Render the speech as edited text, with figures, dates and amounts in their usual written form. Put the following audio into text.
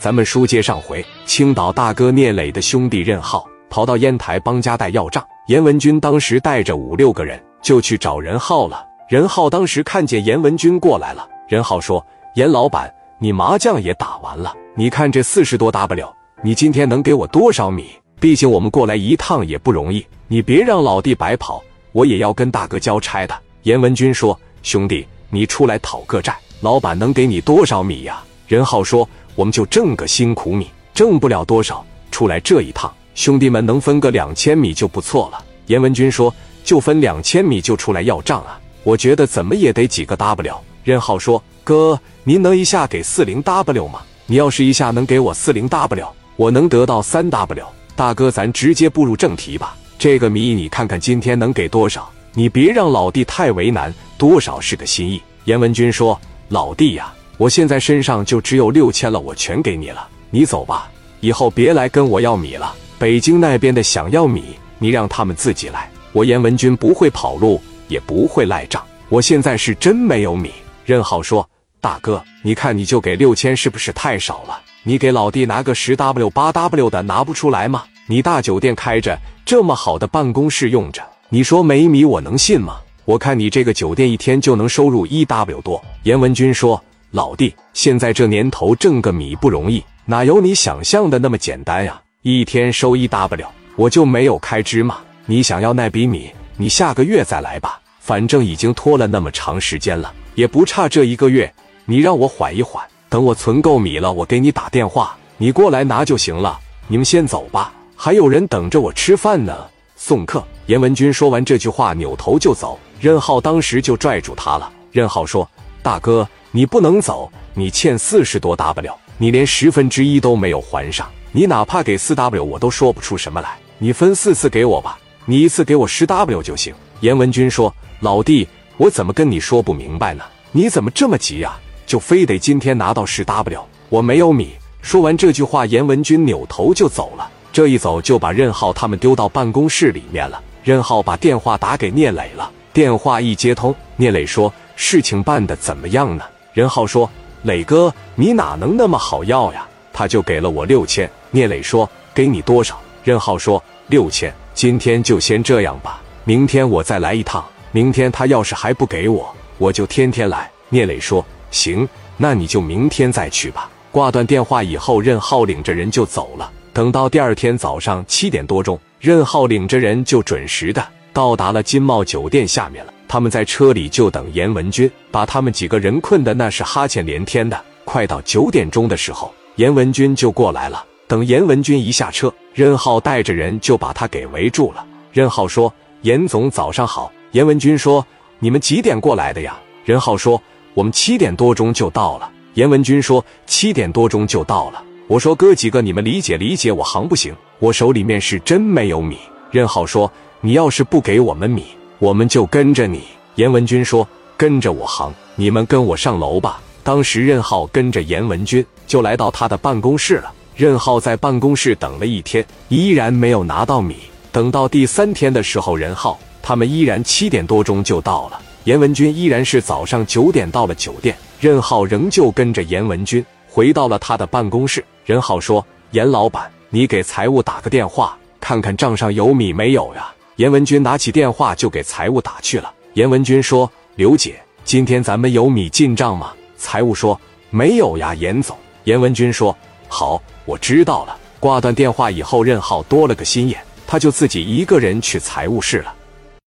咱们书接上回，青岛大哥聂磊的兄弟任浩跑到烟台帮家代要账，严文军当时带着5、6个人就去找任浩了。任浩当时看见严文军过来了，任浩说：“严老板，你麻将也打完了，你看这40多 W， 你今天能给我多少米？毕竟我们过来一趟也不容易，你别让老弟白跑，我也要跟大哥交差的。”严文军说：“兄弟，你出来讨个债，老板能给你多少米呀？”任浩说：“我们就挣个辛苦米，挣不了多少，出来这一趟，兄弟们能分个2000米就不错了。”严文军说：“就分2000米就出来要账啊？我觉得怎么也得几个 W。”任浩说：“哥，您能一下给40 W 吗？你要是一下能给我40 W， 我能得到3 W。大哥，咱直接步入正题吧。这个米你看看今天能给多少？你别让老弟太为难，多少是个心意。”严文军说：“老弟呀，我现在身上就只有6000了，我全给你了，你走吧，以后别来跟我要米了。北京那边的想要米，你让他们自己来，我严文军不会跑路，也不会赖账，我现在是真没有米。”任浩说：“大哥，你看你就给6000是不是太少了？你给老弟拿个10 W 8 W 的拿不出来吗？你大酒店开着，这么好的办公室用着，你说没米我能信吗？我看你这个酒店一天就能收入1 W 多。”严文军说：“老弟，现在这年头挣个米不容易，哪有你想象的那么简单呀？一天收1 W， 我就没有开支吗？你想要那笔米，你下个月再来吧，反正已经拖了那么长时间了，也不差这1个月，你让我缓一缓，等我存够米了，我给你打电话，你过来拿就行了。你们先走吧，还有人等着我吃饭呢。送客。”严文军说完这句话，扭头就走。任浩当时就拽住他了。任浩说：“大哥，你不能走，你欠40多 W， 你连1/10都没有还上，你哪怕给4 W 我都说不出什么来，你分4次给我吧，你一次给我10 W 就行。”严文军说：“老弟，我怎么跟你说不明白呢？你怎么这么急呀？就非得今天拿到10 W， 我没有米。”说完这句话，严文军扭头就走了。这一走就把任浩他们丢到办公室里面了。任浩把电话打给聂磊了，电话一接通，聂磊说：“事情办得怎么样呢？”任浩说：“磊哥，你哪能那么好要呀？”他就给了我6000。聂磊说：“给你多少？”任浩说：“6000，今天就先这样吧，明天我再来一趟。明天他要是还不给我，我就天天来。”聂磊说：“行，那你就明天再去吧。”挂断电话以后，任浩领着人就走了。等到第二天早上7点多钟，任浩领着人就准时的到达了金茂酒店下面了。他们在车里就等严文军，把他们几个人困的那是哈欠连天的。快到9点钟的时候，严文军就过来了。等严文军一下车，任浩带着人就把他给围住了。任浩说：“严总早上好。”严文军说：“你们几点过来的呀？”任浩说：“我们7点多钟就到了。”严文军说：“7点多钟就到了。”我说：“哥几个，你们理解理解我行不行？我手里面是真没有米。”任浩说：“你要是不给我们米，我们就跟着你。”严文军说：“跟着我行，你们跟我上楼吧。”当时任浩跟着严文军就来到他的办公室了。任浩在办公室等了1天，依然没有拿到米。等到第3天的时候，任浩他们依然7点多钟就到了。严文军依然是早上9点到了酒店，任浩仍旧跟着严文军回到了他的办公室。任浩说：“严老板，你给财务打个电话，看看账上有米没有呀？”严文军拿起电话就给财务打去了。严文军说：“刘姐，今天咱们有米进账吗？”财务说：“没有呀，严总。”严文军说：“好，我知道了。”挂断电话以后，任浩多了个心眼，他就自己一个人去财务室了。